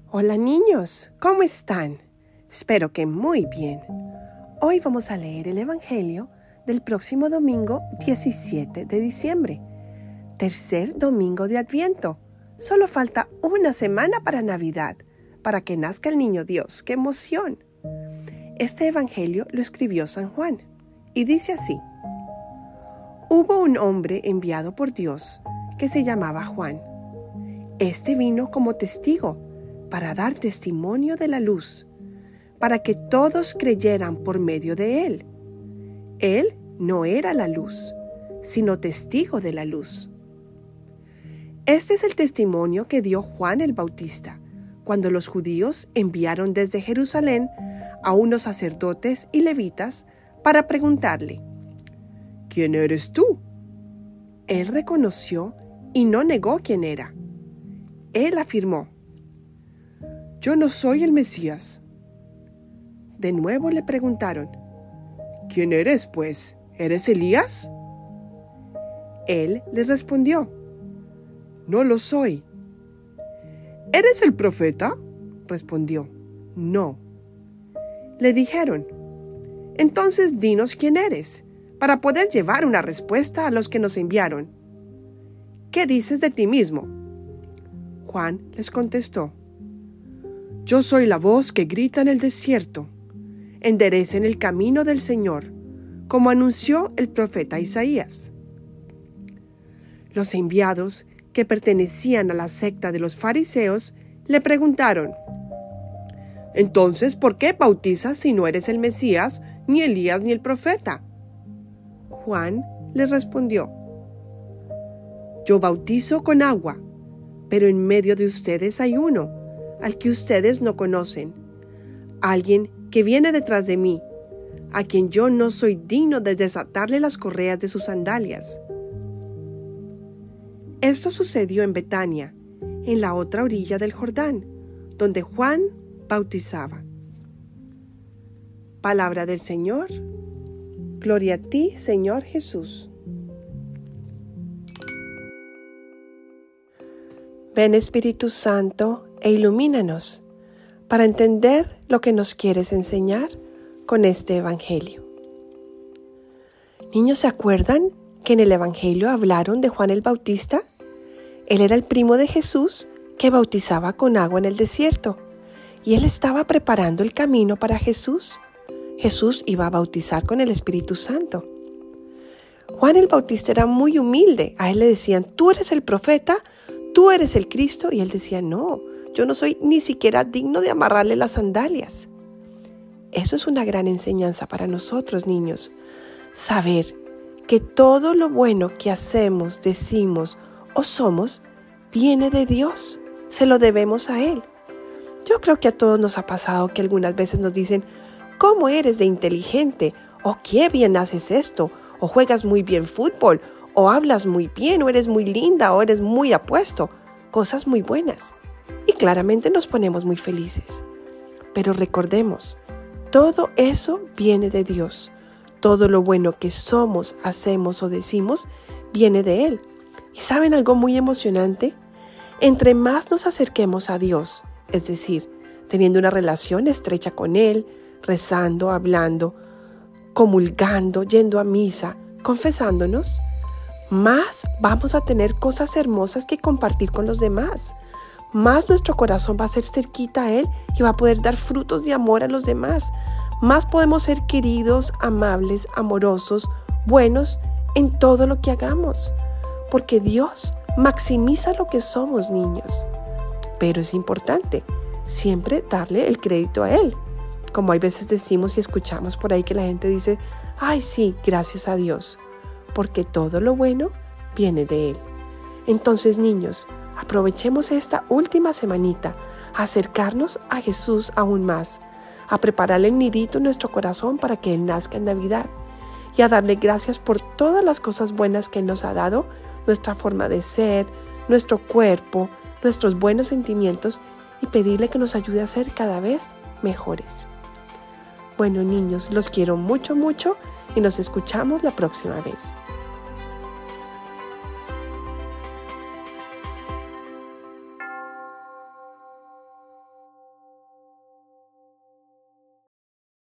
Hola niños, ¿cómo están? Espero que muy bien. Hoy vamos a leer el Evangelio del próximo domingo 17 de diciembre, tercer domingo de Adviento. Solo falta una semana para Navidad, para que nazca el niño Dios. ¡Qué emoción! Este Evangelio lo escribió San Juan y dice así: Hubo un hombre enviado por Dios que se llamaba Juan. Este vino como testigo para dar testimonio de la luz, para que todos creyeran por medio de él. Él no era la luz, sino testigo de la luz. Este es el testimonio que dio Juan el Bautista, cuando los judíos enviaron desde Jerusalén a unos sacerdotes y levitas para preguntarle: ¿Quién eres tú? Él reconoció y no negó quién era. Él afirmó: Yo no soy el Mesías. De nuevo le preguntaron: ¿Quién eres, pues? ¿Eres Elías? Él les respondió: No lo soy. ¿Eres el profeta? Respondió: No. Le dijeron: Entonces dinos quién eres, para poder llevar una respuesta a los que nos enviaron. ¿Qué dices de ti mismo? Juan les contestó: Yo soy la voz que grita en el desierto. Enderecen el camino del Señor, como anunció el profeta Isaías. Los enviados, que pertenecían a la secta de los fariseos, le preguntaron: Entonces, ¿por qué bautizas si no eres el Mesías, ni Elías, ni el profeta? Juan les respondió: Yo bautizo con agua, pero en medio de ustedes hay uno, al que ustedes no conocen, alguien que viene detrás de mí, a quien yo no soy digno de desatarle las correas de sus sandalias. Esto sucedió en Betania, en la otra orilla del Jordán, donde Juan bautizaba. Palabra del Señor. Gloria a ti, Señor Jesús. Ven, Espíritu Santo, e ilumínanos para entender lo que nos quieres enseñar con este Evangelio. Niños, ¿se acuerdan que en el Evangelio hablaron de Juan el Bautista? Él era el primo de Jesús que bautizaba con agua en el desierto, y él estaba preparando el camino para Jesús. Jesús iba a bautizar con el Espíritu Santo. Juan el Bautista era muy humilde. A él le decían: tú eres el profeta, tú eres el Cristo. Y él decía: no, yo no soy ni siquiera digno de amarrarle las sandalias. Eso es una gran enseñanza para nosotros, niños. Saber que todo lo bueno que hacemos, decimos o somos viene de Dios. Se lo debemos a Él. Yo creo que a todos nos ha pasado que algunas veces nos dicen: ¿cómo eres de inteligente? O qué bien haces esto. O juegas muy bien fútbol. O hablas muy bien. O eres muy linda. O eres muy apuesto. Cosas muy buenas. Y claramente nos ponemos muy felices. Pero recordemos, todo eso viene de Dios. Todo lo bueno que somos, hacemos o decimos viene de Él. ¿Y saben algo muy emocionante? Entre más nos acerquemos a Dios, es decir, teniendo una relación estrecha con Él, rezando, hablando, comulgando, yendo a misa, confesándonos, más vamos a tener cosas hermosas que compartir con los demás. Más nuestro corazón va a ser cerquita a Él y va a poder dar frutos de amor a los demás. Más podemos ser queridos, amables, amorosos, buenos en todo lo que hagamos. Porque Dios maximiza lo que somos, niños. Pero es importante siempre darle el crédito a Él. Como hay veces decimos y escuchamos por ahí que la gente dice: ay, sí, gracias a Dios, porque todo lo bueno viene de Él. Entonces, niños, aprovechemos esta última semanita a acercarnos a Jesús aún más, a prepararle el nidito en nuestro corazón para que Él nazca en Navidad y a darle gracias por todas las cosas buenas que Él nos ha dado, nuestra forma de ser, nuestro cuerpo, nuestros buenos sentimientos, y pedirle que nos ayude a ser cada vez mejores. Bueno, niños, los quiero mucho, mucho y nos escuchamos la próxima vez.